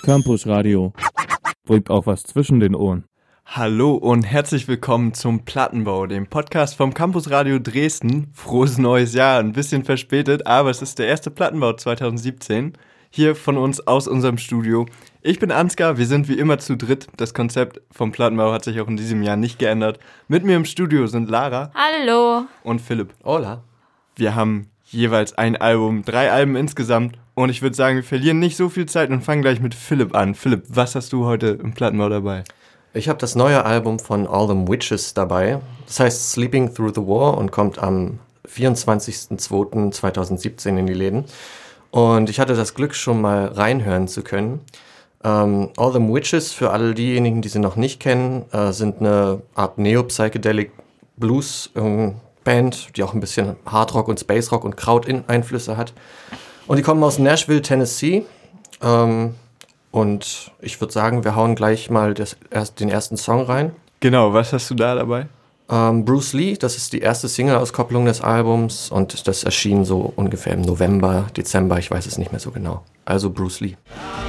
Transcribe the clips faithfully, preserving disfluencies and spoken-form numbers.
Campus Radio. Bringt auch was zwischen den Ohren. Hallo und herzlich willkommen zum Plattenbau, dem Podcast vom Campus Radio Dresden. Frohes neues Jahr, ein bisschen verspätet, aber es ist der erste Plattenbau zwanzig siebzehn. Hier von uns aus unserem Studio. Ich bin Ansgar, wir sind wie immer zu dritt. Das Konzept vom Plattenbau hat sich auch in diesem Jahr nicht geändert. Mit mir im Studio sind Lara. Hallo. Und Philipp. Hola. Wir haben jeweils ein Album, drei Alben insgesamt. Und ich würde sagen, wir verlieren nicht so viel Zeit und fangen gleich mit Philipp an. Philipp, was hast du heute im Plattenbau dabei? Ich habe das neue Album von All Them Witches dabei. Das heißt Sleeping Through the War und kommt am vierundzwanzigsten zweiten zweitausendsiebzehn in die Läden. Und ich hatte das Glück, schon mal reinhören zu können. Ähm, All Them Witches, für alle diejenigen, die sie noch nicht kennen, äh, sind eine Art Neo-Psychedelic Blues-Band, die auch ein bisschen Hardrock und Spacerock und Kraut-Einflüsse hat. Und die kommen aus Nashville, Tennessee. Ähm, und ich würde sagen, wir hauen gleich mal das, erst, den ersten Song rein. Genau, was hast du da dabei? Ähm, Bruce Lee, das ist die erste Single-Auskopplung des Albums. Und das erschien so ungefähr im November, Dezember, ich weiß es nicht mehr so genau. Also Bruce Lee.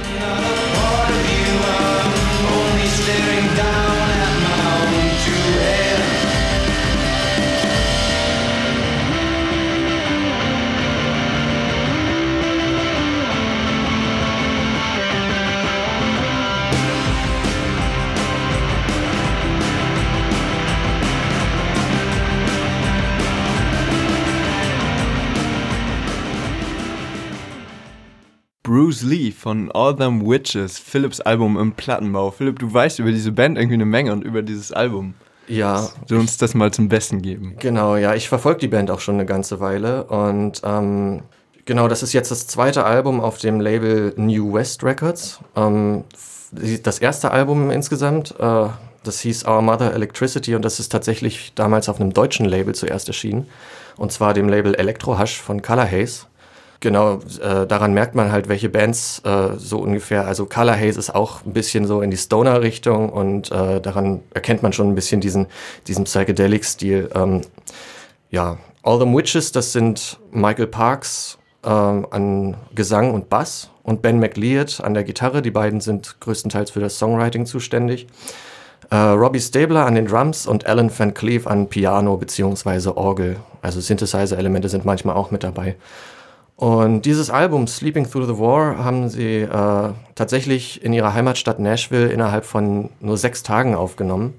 Bruce Lee von All Them Witches, Philipps Album im Plattenbau. Philipp, du weißt über diese Band irgendwie eine Menge und über dieses Album. Ja. Du uns das mal zum Besten geben. Genau, ja, ich verfolge die Band auch schon eine ganze Weile und ähm, genau, das ist jetzt das zweite Album auf dem Label New West Records. Ähm, das erste Album insgesamt, äh, das hieß Our Mother Electricity und das ist tatsächlich damals auf einem deutschen Label zuerst erschienen und zwar dem Label Electrohush von Color Haze. Genau, äh, daran merkt man halt, welche Bands äh, so ungefähr, also Color Haze ist auch ein bisschen so in die Stoner-Richtung und äh, daran erkennt man schon ein bisschen diesen, diesen Psychedelic-Stil. Ähm, ja, All Them Witches, das sind Michael Parks ähm, an Gesang und Bass und Ben McLeod an der Gitarre. Die beiden sind größtenteils für das Songwriting zuständig. Äh, Robbie Stabler an den Drums und Alan Van Cleef an Piano bzw. Orgel. Also Synthesizer-Elemente sind manchmal auch mit dabei. Und dieses Album, Sleeping Through the War, haben sie äh, tatsächlich in ihrer Heimatstadt Nashville innerhalb von nur sechs Tagen aufgenommen.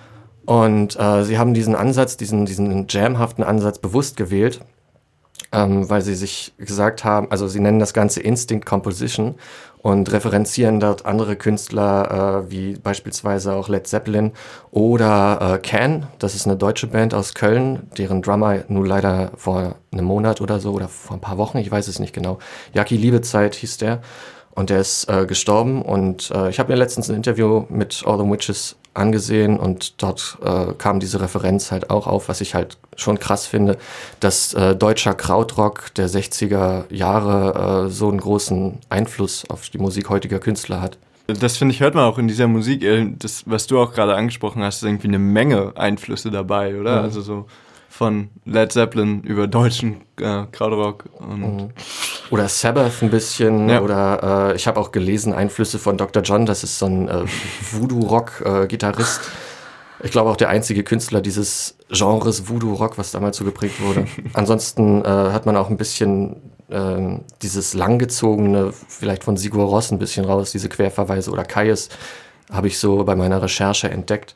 Und äh, sie haben diesen Ansatz, diesen, diesen jamhaften Ansatz bewusst gewählt, ähm, weil sie sich gesagt haben, also sie nennen das Ganze Instinct Composition und referenzieren dort andere Künstler, äh, wie beispielsweise auch Led Zeppelin oder äh, Can, das ist eine deutsche Band aus Köln, deren Drummer nun leider vor einem Monat oder so oder vor ein paar Wochen, ich weiß es nicht genau, Jaki Liebezeit hieß der und der ist äh, gestorben und äh, ich habe mir letztens ein Interview mit All Them Witches angesehen und dort äh, kam diese Referenz halt auch auf, was ich halt schon krass finde, dass äh, deutscher Krautrock der sechziger Jahre äh, so einen großen Einfluss auf die Musik heutiger Künstler hat. Das finde ich, hört man auch in dieser Musik, das, was du auch gerade angesprochen hast, ist irgendwie eine Menge Einflüsse dabei, oder? Mhm. Also so von Led Zeppelin über deutschen äh, Krautrock und mhm. Oder Sabbath ein bisschen, ja. Oder äh, ich habe auch gelesen, Einflüsse von Doktor John, das ist so ein äh, Voodoo-Rock-Gitarrist. Äh, ich glaube auch der einzige Künstler dieses Genres Voodoo-Rock, was damals so geprägt wurde. Ansonsten äh, hat man auch ein bisschen äh, dieses langgezogene, vielleicht von Sigur Rós ein bisschen raus, diese Querverweise oder Kaius, habe ich so bei meiner Recherche entdeckt.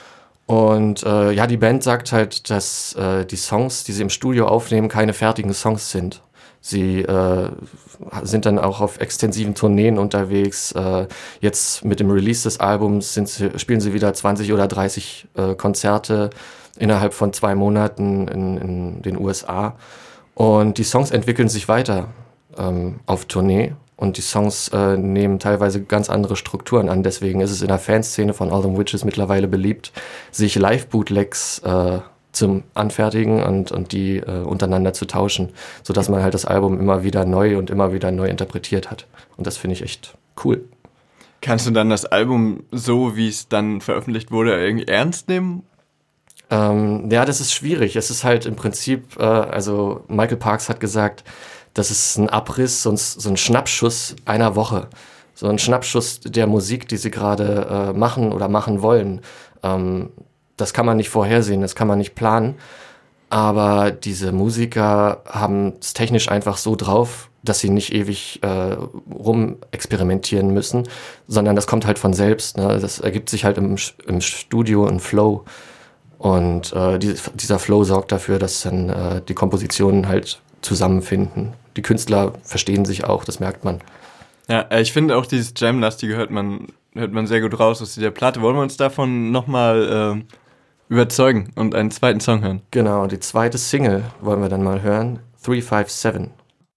Und äh, ja, die Band sagt halt, dass äh, die Songs, die sie im Studio aufnehmen, keine fertigen Songs sind. Sie äh, sind dann auch auf extensiven Tourneen unterwegs. Äh, jetzt mit dem Release des Albums sind sie, spielen sie wieder zwanzig oder dreißig äh, Konzerte innerhalb von zwei Monaten in, in den U S A. Und die Songs entwickeln sich weiter ähm, auf Tournee. Und die Songs äh, nehmen teilweise ganz andere Strukturen an. Deswegen ist es in der Fanszene von All Them Witches mittlerweile beliebt, sich Live-Bootlegs äh, zum Anfertigen und, und die äh, untereinander zu tauschen, sodass man halt das Album immer wieder neu und immer wieder neu interpretiert hat. Und das finde ich echt cool. Kannst du dann das Album so, wie es dann veröffentlicht wurde, irgendwie ernst nehmen? Ähm, ja, das ist schwierig. Es ist halt im Prinzip, äh, also Michael Parks hat gesagt, das ist ein Abriss, so ein, so ein Schnappschuss einer Woche. so ein Schnappschuss der Musik, die sie gerade äh, machen oder machen wollen. Ähm, das kann man nicht vorhersehen, das kann man nicht planen. Aber diese Musiker haben es technisch einfach so drauf, dass sie nicht ewig äh, rumexperimentieren müssen, sondern das kommt halt von selbst. Ne? Das ergibt sich halt im, im Studio ein Flow. Und äh, die, dieser Flow sorgt dafür, dass dann äh, die Kompositionen halt zusammenfinden. Die Künstler verstehen sich auch, das merkt man. Ja, ich finde auch dieses Jam-lastige hört man, hört man sehr gut raus aus dieser Platte. Wollen wir uns davon nochmal äh, überzeugen und einen zweiten Song hören? Genau, die zweite Single wollen wir dann mal hören, three five seven.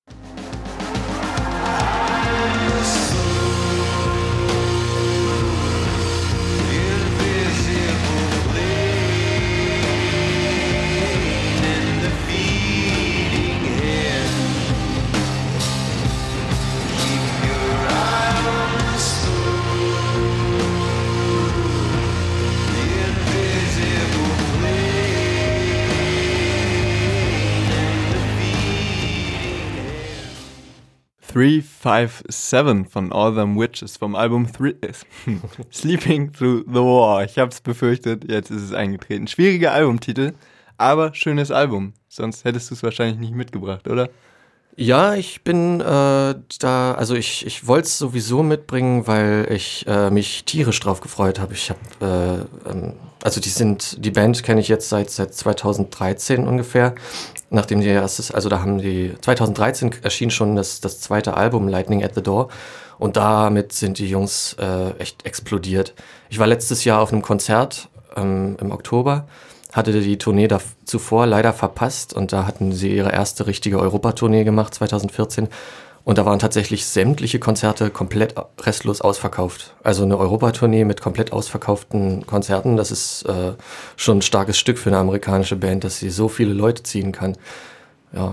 three five seven von All Them Witches vom Album three, äh, Sleeping Through the War. Ich hab's befürchtet, jetzt ist es eingetreten. Schwieriger Albumtitel, aber schönes Album. Sonst hättest du es wahrscheinlich nicht mitgebracht, oder? Ja, ich bin äh, da, also ich, ich wollte es sowieso mitbringen, weil ich äh, mich tierisch drauf gefreut habe. Ich habe, äh, ähm, also die sind, die Band kenne ich jetzt seit seit zweitausenddreizehn ungefähr, nachdem die erstes, also da haben die, zweitausenddreizehn erschien schon das, das zweite Album Lightning at the Door und damit sind die Jungs äh, echt explodiert. Ich war letztes Jahr auf einem Konzert ähm, im Oktober, hatte die Tournee da zuvor leider verpasst und da hatten sie ihre erste richtige Europatournee gemacht, zweitausendvierzehn. Und da waren tatsächlich sämtliche Konzerte komplett restlos ausverkauft. Also eine Europatournee mit komplett ausverkauften Konzerten, das ist äh, schon ein starkes Stück für eine amerikanische Band, dass sie so viele Leute ziehen kann. Ja.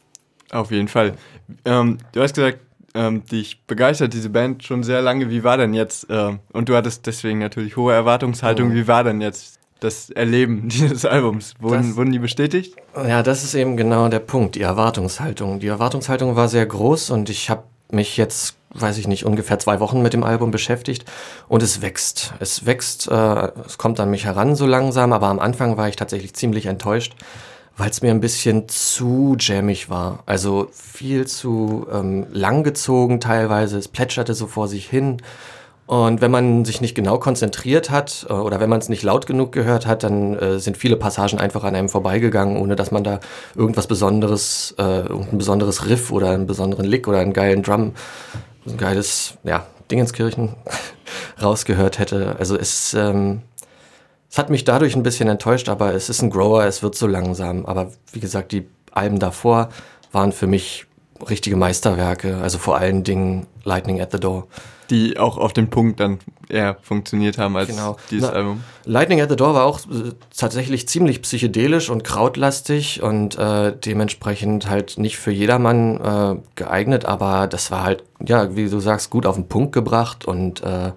Auf jeden Fall. Ähm, du hast gesagt, ähm, dich begeistert diese Band schon sehr lange. Wie war denn jetzt, äh, und du hattest deswegen natürlich hohe Erwartungshaltung, Mhm. wie war denn jetzt das Erleben dieses Albums? Wurden, Das- wurden die bestätigt? Ja, das ist eben genau der Punkt, die Erwartungshaltung. Die Erwartungshaltung war sehr groß und ich habe mich jetzt, weiß ich nicht, ungefähr zwei Wochen mit dem Album beschäftigt und es wächst. Es wächst, äh, es kommt an mich heran so langsam, aber am Anfang war ich tatsächlich ziemlich enttäuscht, weil es mir ein bisschen zu jammig war. Also viel zu ähm, langgezogen teilweise, es plätscherte so vor sich hin. Und wenn man sich nicht genau konzentriert hat äh, oder wenn man es nicht laut genug gehört hat, dann äh, sind viele Passagen einfach an einem vorbeigegangen, ohne dass man da irgendwas Besonderes, äh, irgendein besonderes Riff oder einen besonderen Lick oder einen geilen Drum, ein geiles, ja, Dingenskirchen rausgehört hätte. Also es, ähm, es hat mich dadurch ein bisschen enttäuscht, aber es ist ein Grower, es wird so langsam. Aber wie gesagt, die Alben davor waren für mich richtige Meisterwerke, also vor allen Dingen Lightning at the Door. Die auch auf den Punkt dann eher funktioniert haben als Genau. dieses Na, Album. Lightning at the Door war auch äh, tatsächlich ziemlich psychedelisch und krautlastig und äh, dementsprechend halt nicht für jedermann äh, geeignet, aber das war halt, ja, wie du sagst, gut auf den Punkt gebracht und äh,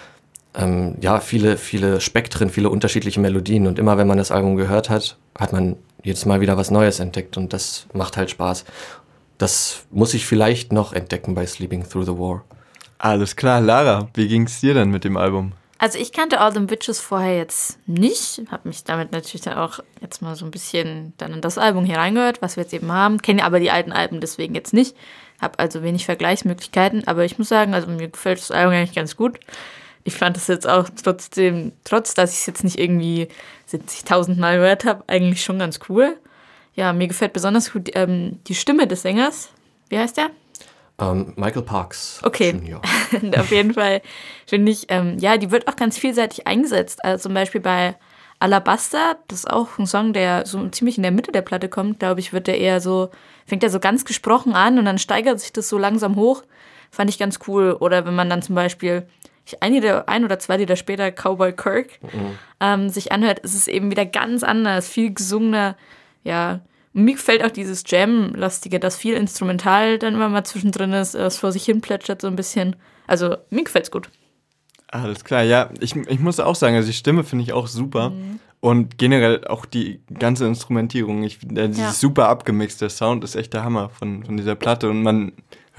ähm, ja, viele, viele Spektren, viele unterschiedliche Melodien und immer wenn man das Album gehört hat, hat man jedes Mal wieder was Neues entdeckt und das macht halt Spaß. Das muss ich vielleicht noch entdecken bei Sleeping Through the War. Alles klar, Lara, wie ging's dir denn mit dem Album? Also ich kannte All Them Witches vorher jetzt nicht, habe mich damit natürlich dann auch jetzt mal so ein bisschen dann in das Album hier reingehört, was wir jetzt eben haben, kenne aber die alten Alben deswegen jetzt nicht, habe also wenig Vergleichsmöglichkeiten, aber ich muss sagen, also mir gefällt das Album eigentlich ganz gut. Ich fand es jetzt auch trotzdem, trotz dass ich es jetzt nicht irgendwie siebzigtausend Mal gehört habe, eigentlich schon ganz cool. Ja, mir gefällt besonders gut ähm, die Stimme des Sängers. Wie heißt der? Ähm, Michael Parks. Okay. Junior. Und auf jeden Fall finde ich, ähm, ja, die wird auch ganz vielseitig eingesetzt. Also zum Beispiel bei Alabaster, das ist auch ein Song, der so ziemlich in der Mitte der Platte kommt, glaube ich, wird der eher so, fängt er so ganz gesprochen an und dann steigert sich das so langsam hoch. Fand ich ganz cool. Oder wenn man dann zum Beispiel ein, Lieder, ein oder zwei Lieder später Cowboy Kirk Mhm. ähm, sich anhört, ist es eben wieder ganz anders, viel gesungener, ja. Und mir gefällt auch dieses Jam-lastige, dass viel instrumental dann immer mal zwischendrin ist, das vor sich hin plätschert so ein bisschen. Also mir gefällt's gut. Alles klar, ja, ich, ich muss auch sagen, also die Stimme finde ich auch super Mhm. und generell auch die ganze Instrumentierung, ich, äh, dieses Ja. super abgemixt, der Sound ist echt der Hammer von, von dieser Platte und man hört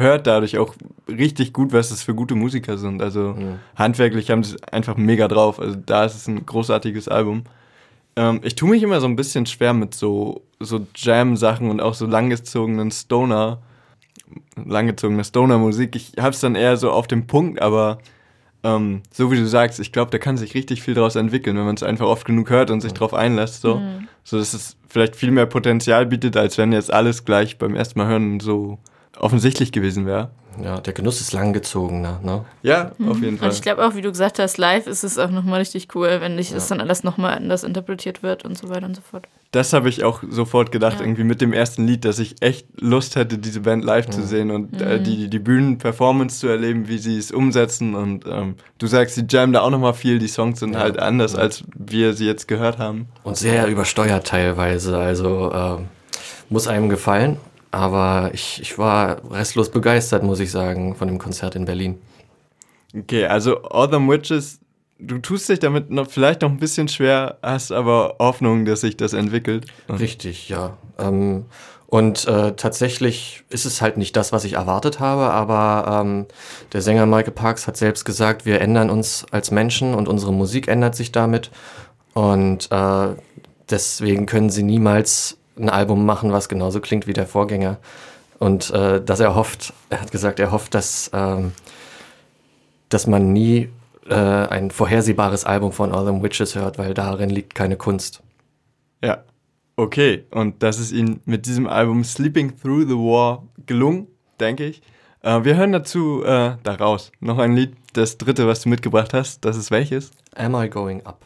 hört dadurch auch richtig gut, was das für gute Musiker sind. Also mhm. handwerklich haben sie es einfach mega drauf. Also da ist es ein großartiges Album. Ähm, ich tue mich immer so ein bisschen schwer mit so, so Jam-Sachen und auch so langgezogenen Stoner, langgezogene Stoner-Musik. Ich hab's dann eher so auf den Punkt, aber ähm, so wie du sagst, ich glaube, da kann sich richtig viel draus entwickeln, wenn man es einfach oft genug hört und sich drauf einlässt. So, mhm. so dass es vielleicht viel mehr Potenzial bietet, als wenn jetzt alles gleich beim ersten Mal hören so offensichtlich gewesen wäre. Ja, der Genuss ist langgezogener, ne? Ja, mhm. auf jeden Fall. Und ich glaube auch, wie du gesagt hast, live ist es auch nochmal richtig cool, wenn nicht ja. das dann alles nochmal anders interpretiert wird und so weiter und so fort. Das habe ich auch sofort gedacht, ja. irgendwie mit dem ersten Lied, dass ich echt Lust hätte, diese Band live mhm. zu sehen und mhm. äh, die, die Bühnenperformance zu erleben, wie sie es umsetzen. Und ähm, du sagst, die jammen da auch nochmal viel, die Songs sind ja. halt anders, ja. als wir sie jetzt gehört haben. Und sehr übersteuert teilweise, also äh, muss einem gefallen. Aber ich, ich war restlos begeistert, muss ich sagen, von dem Konzert in Berlin. Okay, also All Them Witches, du tust dich damit noch vielleicht noch ein bisschen schwer, hast aber Hoffnung, dass sich das entwickelt. Richtig, ja. Ähm, und äh, tatsächlich ist es halt nicht das, was ich erwartet habe, aber ähm, der Sänger Michael Parks hat selbst gesagt, wir ändern uns als Menschen und unsere Musik ändert sich damit. Und äh, deswegen können sie niemals ein Album machen, was genauso klingt wie der Vorgänger. Und äh, dass er hofft, er hat gesagt, er hofft, dass, ähm, dass man nie äh, ein vorhersehbares Album von All Them Witches hört, weil darin liegt keine Kunst. Ja, okay. Und das ist ihnen mit diesem Album Sleeping Through the War gelungen, denke ich. Äh, wir hören dazu äh, daraus noch ein Lied, das dritte, was du mitgebracht hast. Das ist welches? Am I Going Up?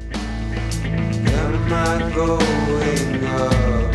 Am I going up?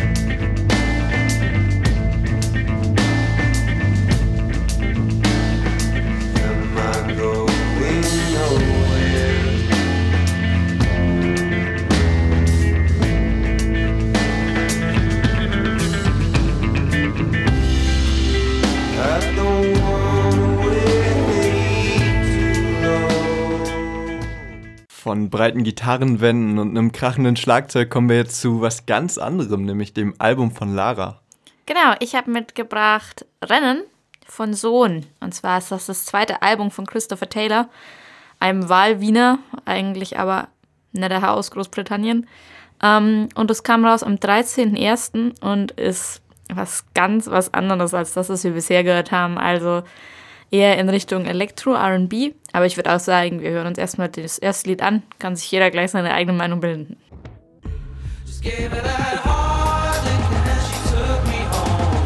Von breiten Gitarrenwänden und einem krachenden Schlagzeug kommen wir jetzt zu was ganz anderem, nämlich dem Album von Lara. Genau, ich habe mitgebracht Rennen von Sohn. Und zwar ist das das zweite Album von Christopher Taylor, einem Wahlwiener, eigentlich aber netter Herr aus Großbritannien. Ähm, und es kam raus am dreizehnten ersten und ist was ganz was anderes als das, was wir bisher gehört haben. Also eher in Richtung Elektro, R and B. Aber ich würde auch sagen, wir hören uns erstmal das erste Lied an. Kann sich jeder gleich seine eigene Meinung bilden. Just give it that heart and she took me home.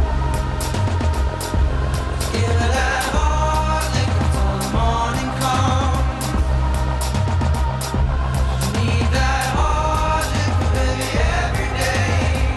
Just give it that heart until the morning comes. Need that heart every day.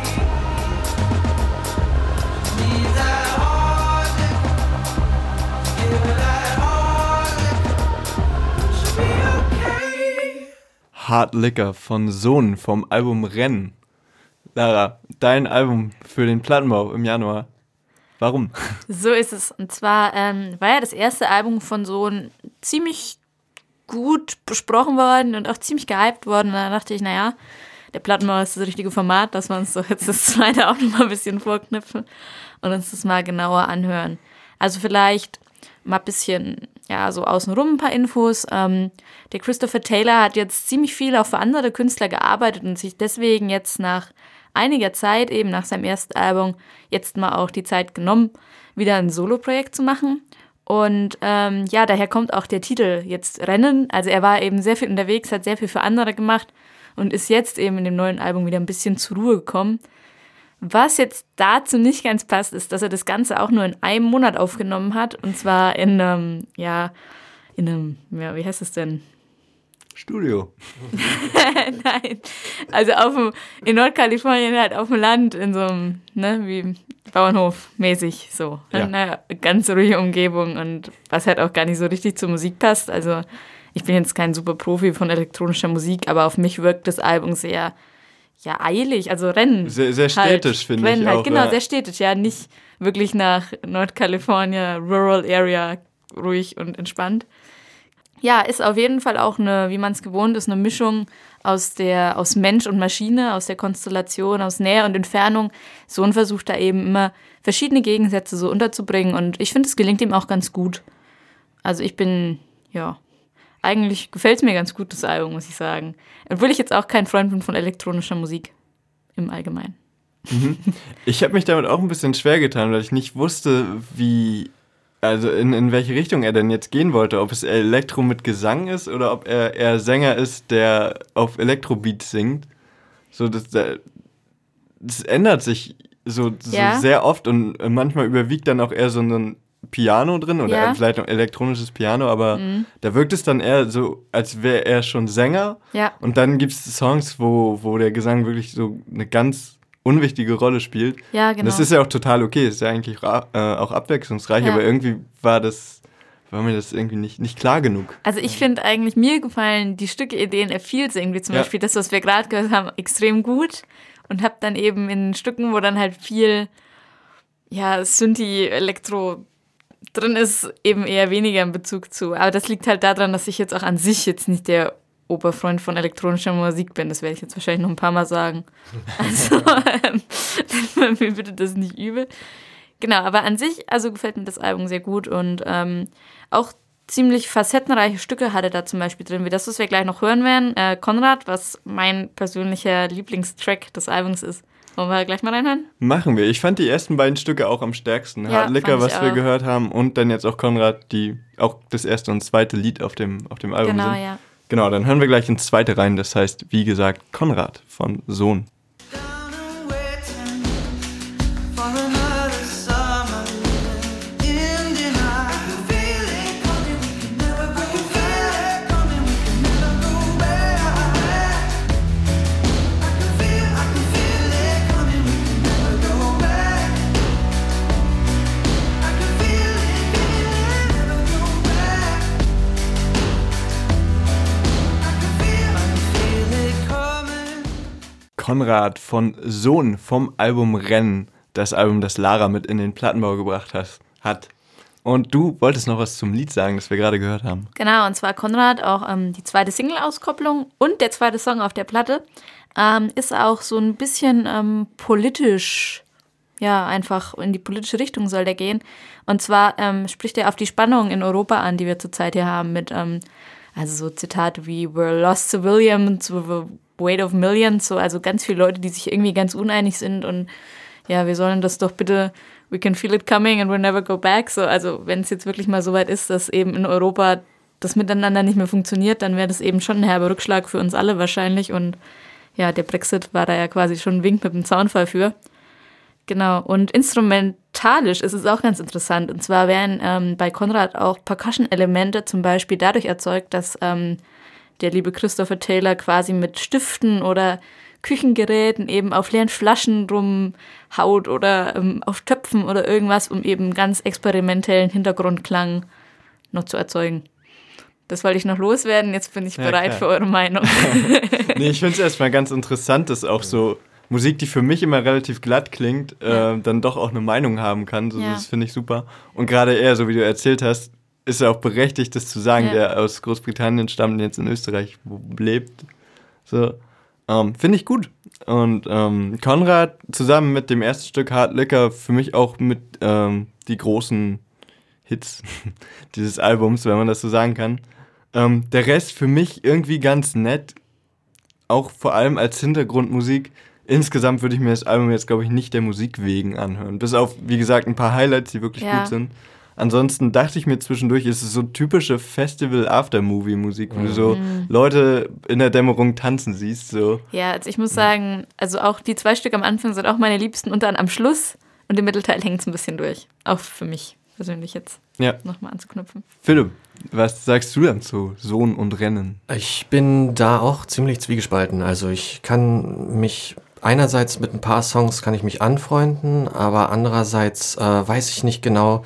Need that heart. Give it that heart. Should be okay. Hard Liquor von Sohn vom Album Rennen. Lara, dein Album für den Plattenbau im Januar. Warum? So ist es. Und zwar ähm, war ja das erste Album von Sohn ziemlich gut besprochen worden und auch ziemlich gehypt worden. Und da dachte ich, naja, der Plattenbau ist das richtige Format, dass wir uns so jetzt das zweite auch noch mal ein bisschen vorknüpfen und uns das mal genauer anhören. Also vielleicht mal ein bisschen, ja, so außenrum ein paar Infos. Ähm, der Christopher Taylor hat jetzt ziemlich viel auch für andere Künstler gearbeitet und sich deswegen jetzt nach einiger Zeit, eben nach seinem ersten Album, jetzt mal auch die Zeit genommen, wieder ein Solo-Projekt zu machen. Und ähm, ja, daher kommt auch der Titel jetzt Rennen. Also er war eben sehr viel unterwegs, hat sehr viel für andere gemacht und ist jetzt eben in dem neuen Album wieder ein bisschen zur Ruhe gekommen. Was jetzt dazu nicht ganz passt, ist, dass er das Ganze auch nur in einem Monat aufgenommen hat. Und zwar in einem, ja, in einem, ja, wie heißt es denn? Studio. Nein, also auf dem, in Nordkalifornien halt auf dem Land, in so einem, ne, wie Bauernhof mäßig so. Ja. Eine ganz ruhige Umgebung und was halt auch gar nicht so richtig zur Musik passt. Also ich bin jetzt kein super Profi von elektronischer Musik, aber auf mich wirkt das Album sehr, ja, eilig, also Rennen. Sehr, sehr städtisch, halt, finde Rennen ich halt, auch. Genau, ja. sehr städtisch, ja, nicht wirklich nach Nordkalifornien, Rural Area, ruhig und entspannt. Ja, ist auf jeden Fall auch eine, wie man es gewohnt ist, eine Mischung aus der, aus Mensch und Maschine, aus der Konstellation, aus Nähe und Entfernung. Sohn versucht da eben immer verschiedene Gegensätze so unterzubringen und ich finde, es gelingt ihm auch ganz gut. Also ich bin, ja, eigentlich gefällt es mir ganz gut, das Album, muss ich sagen. Obwohl ich jetzt auch kein Freund bin von elektronischer Musik im Allgemeinen. Mhm. Ich habe mich damit auch ein bisschen schwer getan, weil ich nicht wusste, wie, also in, in welche Richtung er denn jetzt gehen wollte. Ob es Elektro mit Gesang ist oder ob er eher Sänger ist, der auf Elektrobeats singt. So, das, das ändert sich so, so Ja. sehr oft und manchmal überwiegt dann auch eher so ein Piano drin oder Ja. vielleicht noch elektronisches Piano, aber Mhm. da wirkt es dann eher so, als wäre er schon Sänger. Ja, Und dann gibt es Songs, wo, wo der Gesang wirklich so eine ganz unwichtige Rolle spielt. ja, Und genau. das ist ja auch total okay, ist ja eigentlich ra- äh, auch abwechslungsreich, Ja. aber irgendwie war das, war mir das irgendwie nicht, nicht klar genug. Also ich finde eigentlich, mir gefallen die Stücke, in denen er viel singt, wie zum Ja. Beispiel das, was wir gerade gehört haben, extrem gut. Und habe dann eben in Stücken, wo dann halt viel, ja, Synthi-Elektro drin ist, eben eher weniger in Bezug zu. Aber das liegt halt daran, dass ich jetzt auch an sich jetzt nicht der Oberfreund von elektronischer Musik bin. Das werde ich jetzt wahrscheinlich noch ein paar Mal sagen. Also, ähm, mir bitte das nicht übel. Genau, aber an sich, also gefällt mir das Album sehr gut und ähm, auch ziemlich facettenreiche Stücke hat er da zum Beispiel drin, wie das, was wir gleich noch hören werden. Äh, Konrad, was mein persönlicher Lieblingstrack des Albums ist. Wollen wir gleich mal reinhören? Machen wir. Ich fand die ersten beiden Stücke auch am stärksten. Ja, Hard Liquor, fand ich was wir auch. gehört haben, und dann jetzt auch Konrad, die auch das erste und zweite Lied auf dem, auf dem Album Genau, sind. ja. Genau, dann hören wir gleich ins zweite rein. Das heißt, wie gesagt, Konrad von Sohn. Down and waiting for another summer in denial. I can feel it coming, we can never go back. Coming, we can never go back. I can feel, I can feel it coming, we can never go back. I can feel it, feel it, never go back. I can feel, I can feel it coming. Konrad von Sohn vom Album Rennen, das Album, das Lara mit in den Plattenbau gebracht has, hat. Und du wolltest noch was zum Lied sagen, das wir gerade gehört haben. Genau, und zwar Konrad, auch ähm, die zweite Single-Auskopplung und der zweite Song auf der Platte, ähm, ist auch so ein bisschen ähm, politisch, ja, einfach in die politische Richtung soll der gehen. Und zwar ähm, spricht er auf die Spannung in Europa an, die wir zurzeit hier haben, mit, ähm, also so Zitate wie We're lost civilians, with the weight of millions, so, also ganz viele Leute, die sich irgendwie ganz uneinig sind und ja, wir sollen das doch bitte, we can feel it coming and we'll never go back. So, also wenn es jetzt wirklich mal so weit ist, dass eben in Europa das Miteinander nicht mehr funktioniert, dann wäre das eben schon ein herber Rückschlag für uns alle wahrscheinlich. Und ja, der Brexit war da ja quasi schon ein Wink mit dem Zaunfall für. Genau, und instrumentalisch ist es auch ganz interessant. Und zwar werden ähm, bei Konrad auch Percussion-Elemente zum Beispiel dadurch erzeugt, dass ähm, der liebe Christopher Taylor quasi mit Stiften oder Küchengeräten eben auf leeren Flaschen rumhaut oder ähm, auf Töpfen oder irgendwas, um eben ganz experimentellen Hintergrundklang noch zu erzeugen. Das wollte ich noch loswerden, jetzt bin ich Ja, bereit klar. für eure Meinung. Nee, ich finde es erstmal ganz interessant, dass auch so Musik, die für mich immer relativ glatt klingt, Ja. äh, dann doch auch eine Meinung haben kann. So, Ja. Das finde ich super. Und gerade er, so wie du erzählt hast, ist ja auch berechtigt, das zu sagen, Ja. der aus Großbritannien stammt und jetzt in Österreich lebt. So, ähm, finde ich gut. Und ähm, Konrad zusammen mit dem ersten Stück Hard Liquor für mich auch mit ähm, die großen Hits dieses Albums, wenn man das so sagen kann. Ähm, der Rest für mich irgendwie ganz nett, auch vor allem als Hintergrundmusik. Insgesamt würde ich mir das Album jetzt, glaube ich, nicht der Musik wegen anhören. Bis auf, wie gesagt, ein paar Highlights, die wirklich Ja. gut sind. Ansonsten dachte ich mir zwischendurch, es ist so typische Festival-After-Movie-Musik, wo du so Leute in der Dämmerung tanzen siehst. So. Ja, also ich muss sagen, also auch die zwei Stück am Anfang sind auch meine Liebsten und dann am Schluss und im Mittelteil hängt es ein bisschen durch. Auch für mich persönlich jetzt Ja. nochmal anzuknüpfen. Philipp, was sagst du dann zu Sohn und Rennen? Ich bin da auch ziemlich zwiegespalten. Also ich kann mich einerseits mit ein paar Songs kann ich mich anfreunden, aber andererseits äh, weiß ich nicht genau,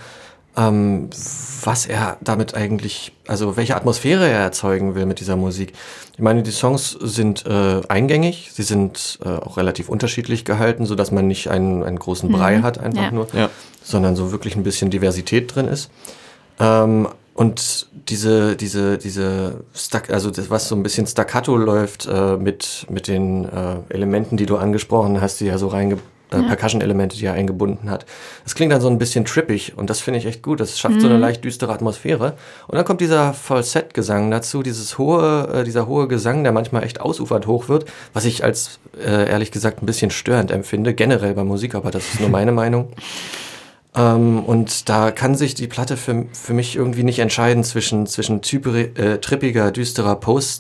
ähm, was er damit eigentlich, also welche Atmosphäre er erzeugen will mit dieser Musik. Ich meine, die Songs sind äh, eingängig, sie sind äh, auch relativ unterschiedlich gehalten, sodass man nicht einen, einen großen Brei hat einfach Ja. nur, Ja. sondern so wirklich ein bisschen Diversität drin ist. Ähm, und diese, diese, diese, Stack, also das, was so ein bisschen staccato läuft äh, mit, mit den äh, Elementen, die du angesprochen hast, die ja so reinge äh, Percussion-Elemente, die er eingebunden hat. Das klingt dann so ein bisschen trippig und das finde ich echt gut. Das schafft mhm. so eine leicht düstere Atmosphäre. Und dann kommt dieser Falsett-Gesang dazu, dieses hohe, äh, dieser hohe Gesang, der manchmal echt ausufernd hoch wird, was ich als, äh, ehrlich gesagt, ein bisschen störend empfinde, generell bei Musik, aber das ist nur meine Meinung. Ähm, und da kann sich die Platte für, für mich irgendwie nicht entscheiden zwischen, zwischen typeri- äh, trippiger, düsterer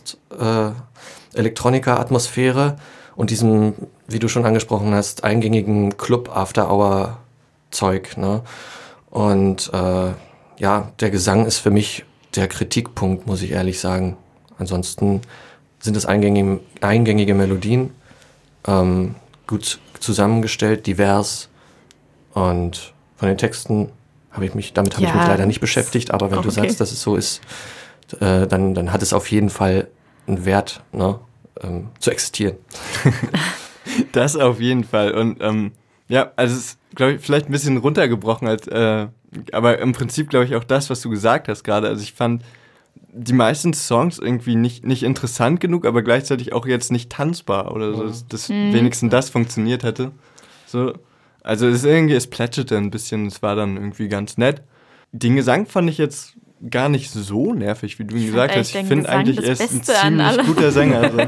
Post-Elektronika-Atmosphäre äh, und diesem, wie du schon angesprochen hast, eingängigen Club-After-Hour-Zeug. Ne? Und äh, ja, der Gesang ist für mich der Kritikpunkt, muss ich ehrlich sagen. Ansonsten sind es eingängige, eingängige Melodien, ähm, gut zusammengestellt, divers und von den Texten habe ich mich, damit habe Ja, ich mich leider nicht beschäftigt, aber wenn auch du okay. sagst, dass es so ist, äh, dann, dann hat es auf jeden Fall einen Wert, ne, ähm, zu existieren. Das auf jeden Fall. Und ähm, ja, also es ist, glaube ich, vielleicht ein bisschen runtergebrochen, als, äh, aber im Prinzip, glaube ich, auch das, was du gesagt hast gerade. Also ich fand die meisten Songs irgendwie nicht, nicht interessant genug, aber gleichzeitig auch jetzt nicht tanzbar oder so, dass, dass Mhm. wenigstens das funktioniert hätte. So. Also es ist irgendwie, es plätscherte ein bisschen, es war dann irgendwie ganz nett. Den Gesang fand ich jetzt gar nicht so nervig, wie du ihn Ich gesagt fand hast. Ich eigentlich finde den Gesang eigentlich, das er ist ein Beste an ziemlich allem. guter Sänger. Also.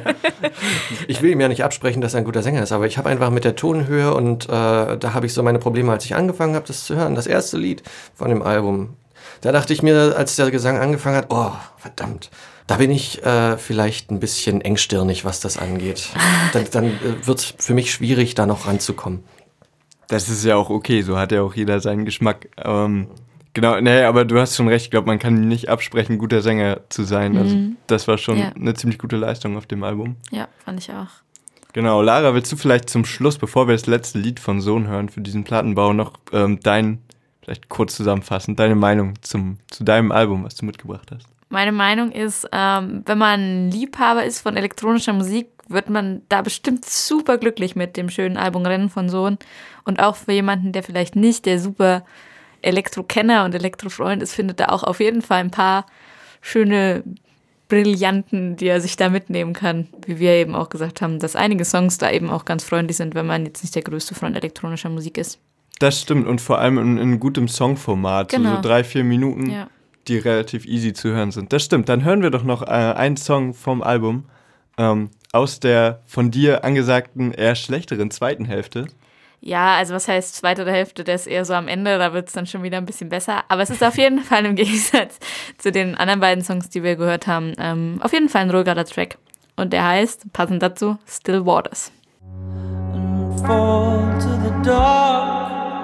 Ich will ihm ja nicht absprechen, dass er ein guter Sänger ist, aber ich habe einfach mit der Tonhöhe und äh, da habe ich so meine Probleme, als ich angefangen habe, das zu hören. Das erste Lied von dem Album, da dachte ich mir, als der Gesang angefangen hat, oh, verdammt. Da bin ich äh, vielleicht ein bisschen engstirnig, was das angeht. Dann, dann äh, wird es für mich schwierig, da noch ranzukommen. Das ist ja auch okay, so hat ja auch jeder seinen Geschmack. Ähm, genau, nee, aber du hast schon recht, ich glaube, man kann ihm nicht absprechen, guter Sänger zu sein. Also Mhm. das war schon Ja. eine ziemlich gute Leistung auf dem Album. Ja, fand ich auch. Genau, Lara, willst du vielleicht zum Schluss, bevor wir das letzte Lied von Sohn hören für diesen Plattenbau, noch ähm, dein, vielleicht kurz zusammenfassen, deine Meinung zum, zu deinem Album, was du mitgebracht hast? Meine Meinung ist, ähm, wenn man Liebhaber ist von elektronischer Musik, wird man da bestimmt super glücklich mit dem schönen Album Rennen von Sohn. Und auch für jemanden, der vielleicht nicht der super Elektrokenner und Elektrofreund ist, findet er auch auf jeden Fall ein paar schöne Brillanten, die er sich da mitnehmen kann. Wie wir eben auch gesagt haben, dass einige Songs da eben auch ganz freundlich sind, wenn man jetzt nicht der größte Freund elektronischer Musik ist. Das stimmt und vor allem in, in gutem Songformat, Genau. so, so drei, vier Minuten, Ja. die relativ easy zu hören sind. Das stimmt, dann hören wir doch noch äh, einen Song vom Album ähm, aus der von dir angesagten eher schlechteren zweiten Hälfte. Ja, also was heißt zweite Hälfte, der ist eher so am Ende, da wird es dann schon wieder ein bisschen besser. Aber es ist auf jeden Fall im Gegensatz zu den anderen beiden Songs, die wir gehört haben, ähm, auf jeden Fall ein ruhigerer Track. Und der heißt, passend dazu, Still Waters. and fall to the dark.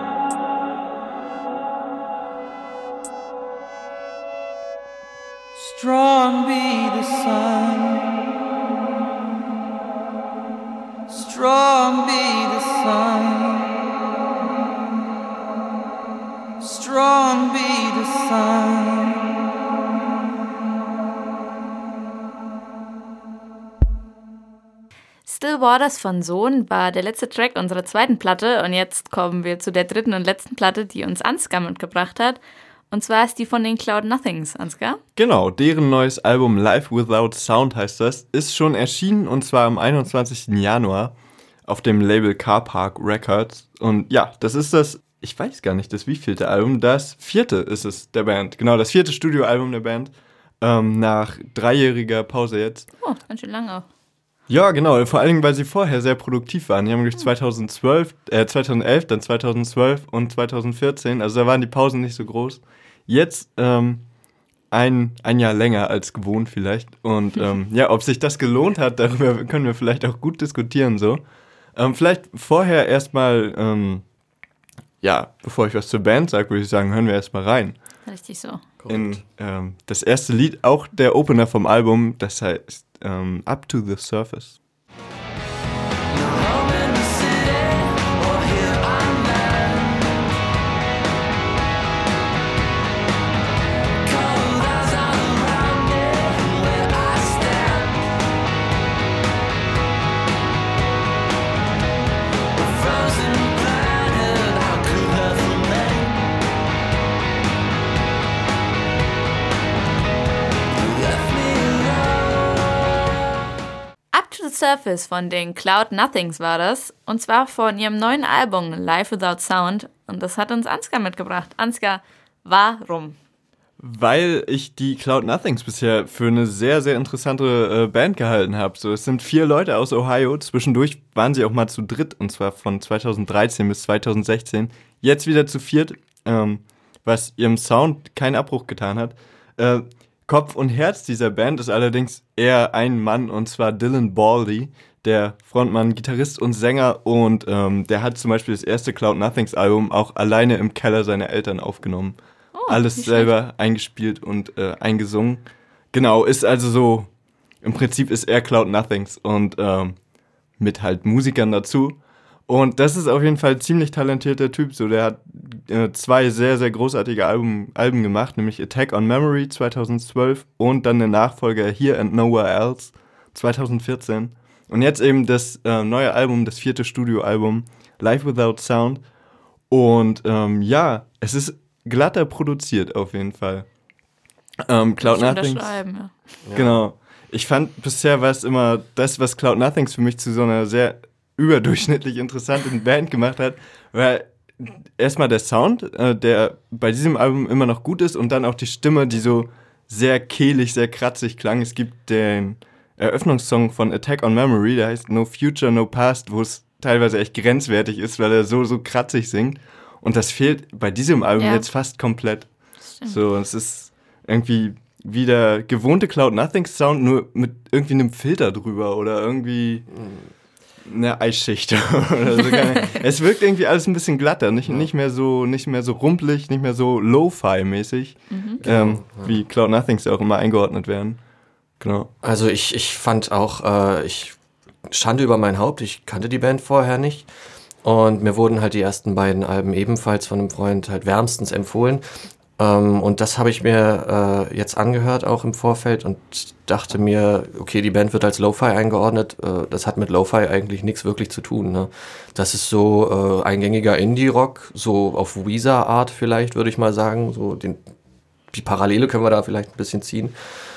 Strong be the sun. Strong be the sun. Strong be the sun. Still Waters von Sohn war der letzte Track unserer zweiten Platte und jetzt kommen wir zu der dritten und letzten Platte, die uns Ansgar mitgebracht hat. Und zwar ist die von den Cloud Nothings, Ansgar. Genau, deren neues Album Live Without Sound heißt das, ist schon erschienen und zwar am einundzwanzigsten Januar auf dem Label Car Park Records. Und ja, das ist das, ich weiß gar nicht, das wievielte Album, das vierte ist es der Band. Genau, das vierte Studioalbum der Band, ähm, nach dreijähriger Pause jetzt. Oh, ganz schön lang auch. Ja, genau, vor allen Dingen, weil sie vorher sehr produktiv waren. Die haben durch zweitausendzwölf, äh, zweitausendelf, dann zweitausendzwölf und zweitausendvierzehn, also da waren die Pausen nicht so groß. Jetzt ähm, ein, ein Jahr länger als gewohnt vielleicht. Und ähm, ja, ob sich das gelohnt hat, darüber können wir vielleicht auch gut diskutieren so. Ähm, vielleicht vorher erstmal, ähm, ja, bevor ich was zur Band sage, würde ich sagen, hören wir erstmal rein. Richtig so. In ähm, das erste Lied, auch der Opener vom Album, das heißt ähm, Up to the Surface. Frozen planet, how could have remained? Surface von den Cloud Nothings war das. Und zwar von ihrem neuen Album Life Without Sound. Und das hat uns Ansgar mitgebracht. Ansgar, warum? Weil ich die Cloud Nothings bisher für eine sehr, sehr interessante äh, Band gehalten habe. So, es sind vier Leute aus Ohio. Zwischendurch waren sie auch mal zu dritt, und zwar von zweitausenddreizehn bis zweitausendsechzehn. Jetzt wieder zu viert, ähm, was ihrem Sound keinen Abbruch getan hat. Äh, Kopf und Herz dieser Band ist allerdings eher ein Mann, und zwar Dylan Baldy, der Frontmann, Gitarrist und Sänger. Und ähm, der hat zum Beispiel das erste Cloud Nothings Album auch alleine im Keller seiner Eltern aufgenommen. Oh, Alles nicht selber schlecht. eingespielt und äh, eingesungen. Genau, ist also so, im Prinzip ist er Cloud Nothings und ähm, mit halt Musikern dazu. Und das ist auf jeden Fall ein ziemlich talentierter Typ. So, der hat äh, zwei sehr, sehr großartige Alben, Alben gemacht, nämlich Attack on Memory zweitausendzwölf und dann der Nachfolger Here and Nowhere Else zweitausendvierzehn. Und jetzt eben das äh, neue Album, das vierte Studioalbum, Life Without Sound. Und ähm, ja, es ist glatter produziert auf jeden Fall. Ähm, Cloud Ich Nothings. unterschreiben, ja. Genau. Ich fand, bisher war es immer das, was Cloud Nothings für mich zu so einer sehr überdurchschnittlich interessanten Band gemacht hat, weil erstmal der Sound, äh, der bei diesem Album immer noch gut ist, und dann auch die Stimme, die so sehr kehlig, sehr kratzig klang. Es gibt den Eröffnungssong von Attack on Memory, der heißt No Future, No Past, wo es teilweise echt grenzwertig ist, weil er so, so kratzig singt. Und das fehlt bei diesem Album Ja. jetzt fast komplett. Stimmt. So, es ist irgendwie wie der gewohnte Cloud Nothings Sound, nur mit irgendwie einem Filter drüber oder irgendwie eine Eisschicht oder so. Es wirkt irgendwie alles ein bisschen glatter, nicht, nicht mehr so, nicht mehr so rumpelig, nicht mehr so Lo-Fi-mäßig, Mhm. ähm, wie Cloud Nothings auch immer eingeordnet werden. Genau. Also ich, ich fand auch, äh, ich Schande über mein Haupt, ich kannte die Band vorher nicht. Und mir wurden halt die ersten beiden Alben ebenfalls von einem Freund halt wärmstens empfohlen. Ähm, und das habe ich mir äh, jetzt angehört, auch im Vorfeld, und dachte mir, okay, die Band wird als Lo-Fi eingeordnet. Äh, das hat mit Lo-Fi eigentlich nichts wirklich zu tun. Ne? Das ist so äh, eingängiger Indie-Rock, so auf Weezer-Art vielleicht, würde ich mal sagen. So den, die Parallele können wir da vielleicht ein bisschen ziehen.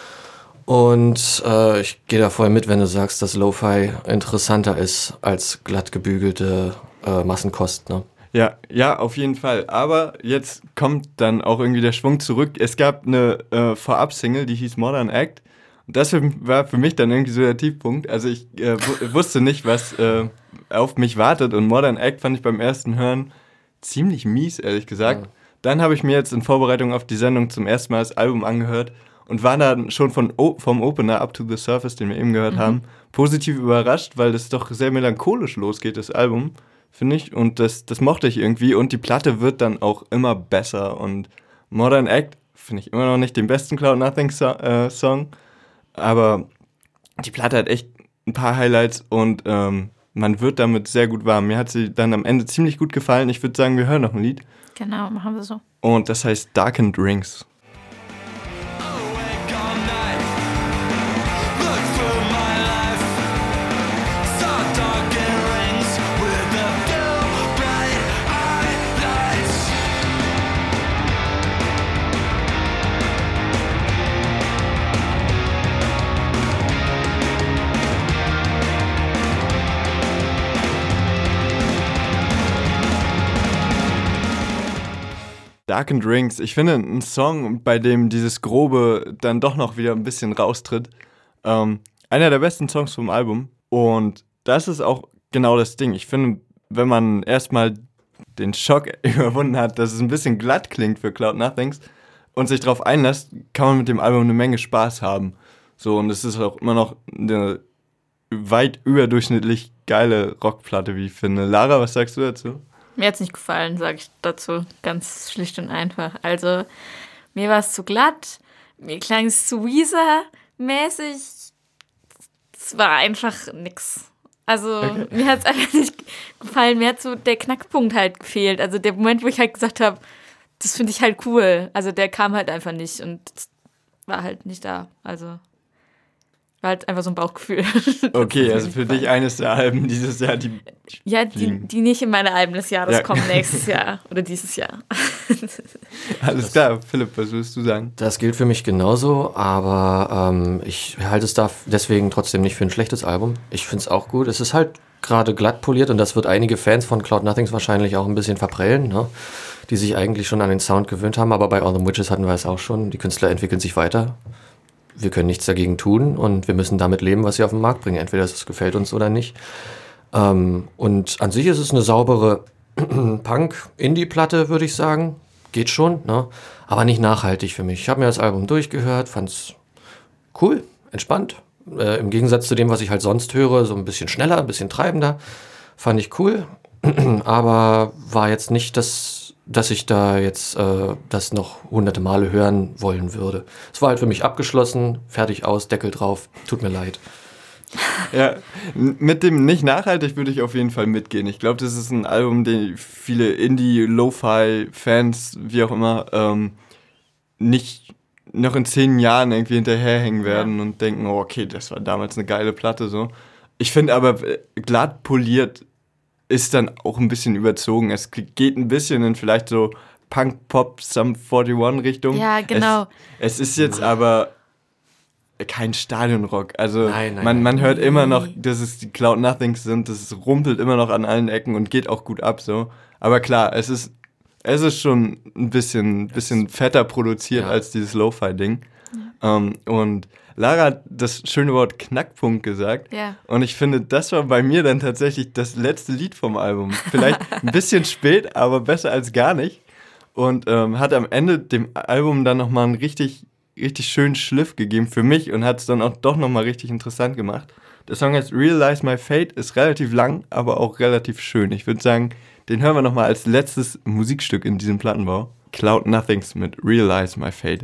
Und äh, ich gehe da voll mit, wenn du sagst, dass Lo-Fi interessanter ist als glatt gebügelte äh, Massenkost, ne? Ja, ja, auf jeden Fall. Aber jetzt kommt dann auch irgendwie der Schwung zurück. Es gab eine äh, Vorab-Single, die hieß Modern Act. Und das für, war für mich dann irgendwie so der Tiefpunkt. Also ich äh, wu- wusste nicht, was äh, auf mich wartet. Und Modern Act fand ich beim ersten Hören ziemlich mies, ehrlich gesagt. Ja. Dann habe ich mir jetzt in Vorbereitung auf die Sendung zum ersten Mal das Album angehört und war dann schon von o- vom Opener Up to the Surface, den wir eben gehört haben, positiv überrascht, weil das doch sehr melancholisch losgeht, das Album, finde ich. Und das, das mochte ich irgendwie. Und die Platte wird dann auch immer besser. Und Modern Act finde ich immer noch nicht den besten Cloud Nothing so- äh, Song. Aber die Platte hat echt ein paar Highlights und ähm, man wird damit sehr gut warm. Mir hat sie dann am Ende ziemlich gut gefallen. Ich würde sagen, wir hören noch ein Lied. Genau, machen wir so. Und das heißt Darkened Rings. Awake all night, look through my life, saw darkened rings with a few bright highlights. Darkened Rings. Ich finde, ein Song, bei dem dieses Grobe dann doch noch wieder ein bisschen raustritt. Ähm, einer der besten Songs vom Album. Und das ist auch genau das Ding. Ich finde, wenn man erstmal den Schock überwunden hat, dass es ein bisschen glatt klingt für Cloud Nothings und sich darauf einlässt, kann man mit dem Album eine Menge Spaß haben. So, und es ist auch immer noch eine weit überdurchschnittlich geile Rockplatte, wie ich finde. Lara, was sagst du dazu? Mir hat es nicht gefallen, sage ich dazu. Ganz schlicht und einfach. Also, mir war es zu glatt. Mir klang es zu Weezer-mäßig. Es war einfach nix. Also, Okay. mir hat es einfach nicht gefallen. Mir hat so der Knackpunkt halt gefehlt. Also, der Moment, wo ich halt gesagt habe, das finde ich halt cool. Also, der kam halt einfach nicht und war halt nicht da. Also, War halt einfach so ein Bauchgefühl. Okay, also für dich eines der Alben dieses Jahr, die Ja, die, fliegen. die nicht in meine Alben des Jahres Ja. kommen nächstes Jahr oder dieses Jahr. Alles klar. Philipp, was würdest du sagen? Das gilt für mich genauso, aber ähm, ich halte es da deswegen trotzdem nicht für ein schlechtes Album. Ich finde es auch gut. Es ist halt gerade glatt poliert und das wird einige Fans von Cloud Nothings wahrscheinlich auch ein bisschen verprellen, ne? Die sich eigentlich schon an den Sound gewöhnt haben, aber bei All the Witches hatten wir es auch schon. Die Künstler entwickeln sich weiter. Wir können nichts dagegen tun und wir müssen damit leben, was sie auf den Markt bringen. Entweder es gefällt uns oder nicht. Ähm, und an sich ist es eine saubere Punk-Indie-Platte, würde ich sagen. Geht schon, ne? Aber nicht nachhaltig für mich. Ich habe mir das Album durchgehört, fand's cool, entspannt. Äh, Im Gegensatz zu dem, was ich halt sonst höre, so ein bisschen schneller, ein bisschen treibender. Fand ich cool, aber war jetzt nicht das, dass ich da jetzt äh, das noch hunderte Male hören wollen würde. Es war halt für mich abgeschlossen, fertig aus, Deckel drauf, tut mir leid. Ja, n- mit dem nicht nachhaltig würde ich auf jeden Fall mitgehen. Ich glaube, das ist ein Album, den viele Indie, Lo-Fi-Fans, wie auch immer, ähm, nicht noch in zehn Jahren irgendwie hinterherhängen werden Ja. und denken, oh, okay, das war damals eine geile Platte so. Ich finde aber, äh, glatt poliert ist dann auch ein bisschen überzogen. Es geht ein bisschen in vielleicht so Punk-Pop-Sum einundvierzig Richtung. Ja, genau. Es, es ist jetzt aber kein Stadionrock. Also Nein, nein, man, man nein. hört immer noch, Nee. dass es die Cloud Nothings sind. Das rumpelt immer noch an allen Ecken und geht auch gut ab so. Aber klar, es ist, es ist schon ein bisschen, bisschen fetter produziert Ja. als dieses Lo-Fi-Ding. Ähm, und Lara hat das schöne Wort Knackpunkt gesagt. Ja. Und ich finde, das war bei mir dann tatsächlich das letzte Lied vom Album. Vielleicht ein bisschen spät, aber besser als gar nicht. Und ähm, hat am Ende dem Album dann nochmal einen richtig, richtig schönen Schliff gegeben für mich und hat es dann auch doch nochmal richtig interessant gemacht. Der Song heißt Realize My Fate, ist relativ lang, aber auch relativ schön. Ich würde sagen, den hören wir nochmal als letztes Musikstück in diesem Plattenbau. Cloud Nothings mit Realize My Fate.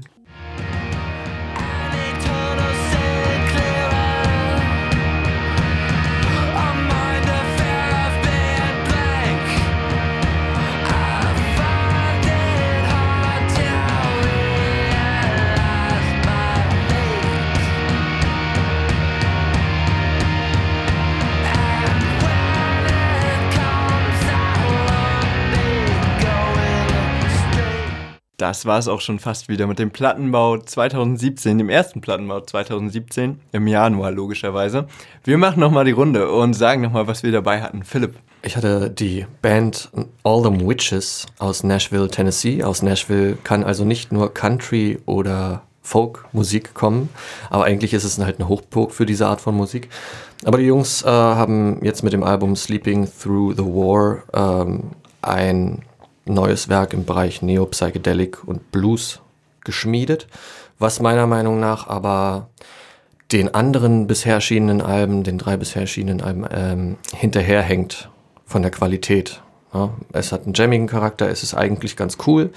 Das war es auch schon fast wieder mit dem Plattenbau zwanzig siebzehn, dem ersten Plattenbau zwanzig siebzehn, im Januar logischerweise. Wir machen nochmal die Runde und sagen nochmal, was wir dabei hatten. Philipp. Ich hatte die Band All Them Witches aus Nashville, Tennessee. Aus Nashville kann also nicht nur Country oder Folk-Musik kommen, aber eigentlich ist es halt eine Hochburg für diese Art von Musik. Aber die Jungs äh, haben jetzt mit dem Album Sleeping Through the War ähm, ein neues Werk im Bereich Neo-Psychedelic und Blues geschmiedet, was meiner Meinung nach aber den anderen bisher erschienenen Alben, den drei bisher erschienenen Alben, ähm, hinterherhängt von der Qualität. Ja, es hat einen jammigen Charakter, es ist eigentlich ganz cool.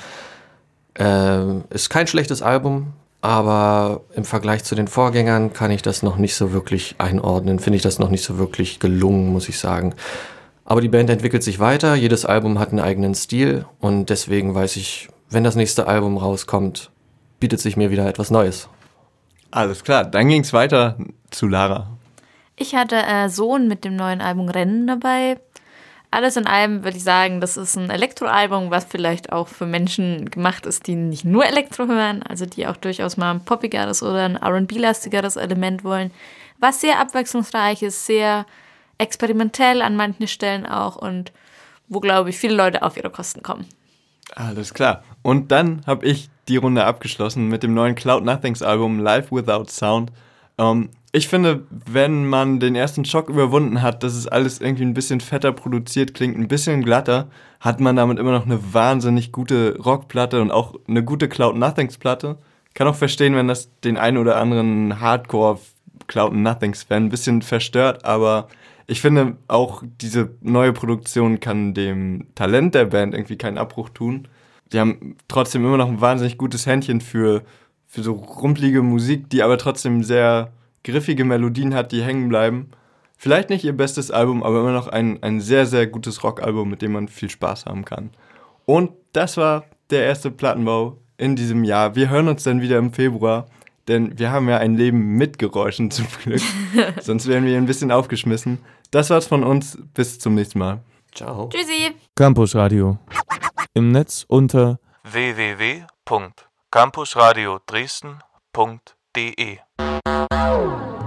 Ähm, ist kein schlechtes Album, aber im Vergleich zu den Vorgängern kann ich das noch nicht so wirklich einordnen, finde ich das noch nicht so wirklich gelungen, muss ich sagen. Aber die Band entwickelt sich weiter, jedes Album hat einen eigenen Stil und deswegen weiß ich, wenn das nächste Album rauskommt, bietet sich mir wieder etwas Neues. Alles klar, dann ging es weiter zu Lara. Ich hatte äh, Sohn mit dem neuen Album Rennen dabei. Alles in allem würde ich sagen, das ist ein Elektroalbum, was vielleicht auch für Menschen gemacht ist, die nicht nur Elektro hören, also die auch durchaus mal ein poppigeres oder ein R und B-lastigeres Element wollen, was sehr abwechslungsreich ist, sehr experimentell an manchen Stellen auch und wo, glaube ich, viele Leute auf ihre Kosten kommen. Alles klar. Und dann habe ich die Runde abgeschlossen mit dem neuen Cloud Nothings Album Live Without Sound. Ähm, ich finde, wenn man den ersten Schock überwunden hat, dass es alles irgendwie ein bisschen fetter produziert klingt, ein bisschen glatter, hat man damit immer noch eine wahnsinnig gute Rockplatte und auch eine gute Cloud Nothings Platte. Kann auch verstehen, wenn das den einen oder anderen Hardcore Cloud Nothings Fan ein bisschen verstört, aber ich finde auch diese neue Produktion kann dem Talent der Band irgendwie keinen Abbruch tun. Die haben trotzdem immer noch ein wahnsinnig gutes Händchen für, für so rumpelige Musik, die aber trotzdem sehr griffige Melodien hat, die hängen bleiben. Vielleicht nicht ihr bestes Album, aber immer noch ein, ein sehr, sehr gutes Rockalbum, mit dem man viel Spaß haben kann. Und das war der erste Plattenbau in diesem Jahr. Wir hören uns dann wieder im Februar. denn wir haben ja ein Leben mit Geräuschen zum Glück. Sonst wären wir ein bisschen aufgeschmissen. Das war's von uns. Bis zum nächsten Mal. Ciao. Tschüssi. Campus Radio. Im Netz unter w w w punkt campusradio dresden punkt d e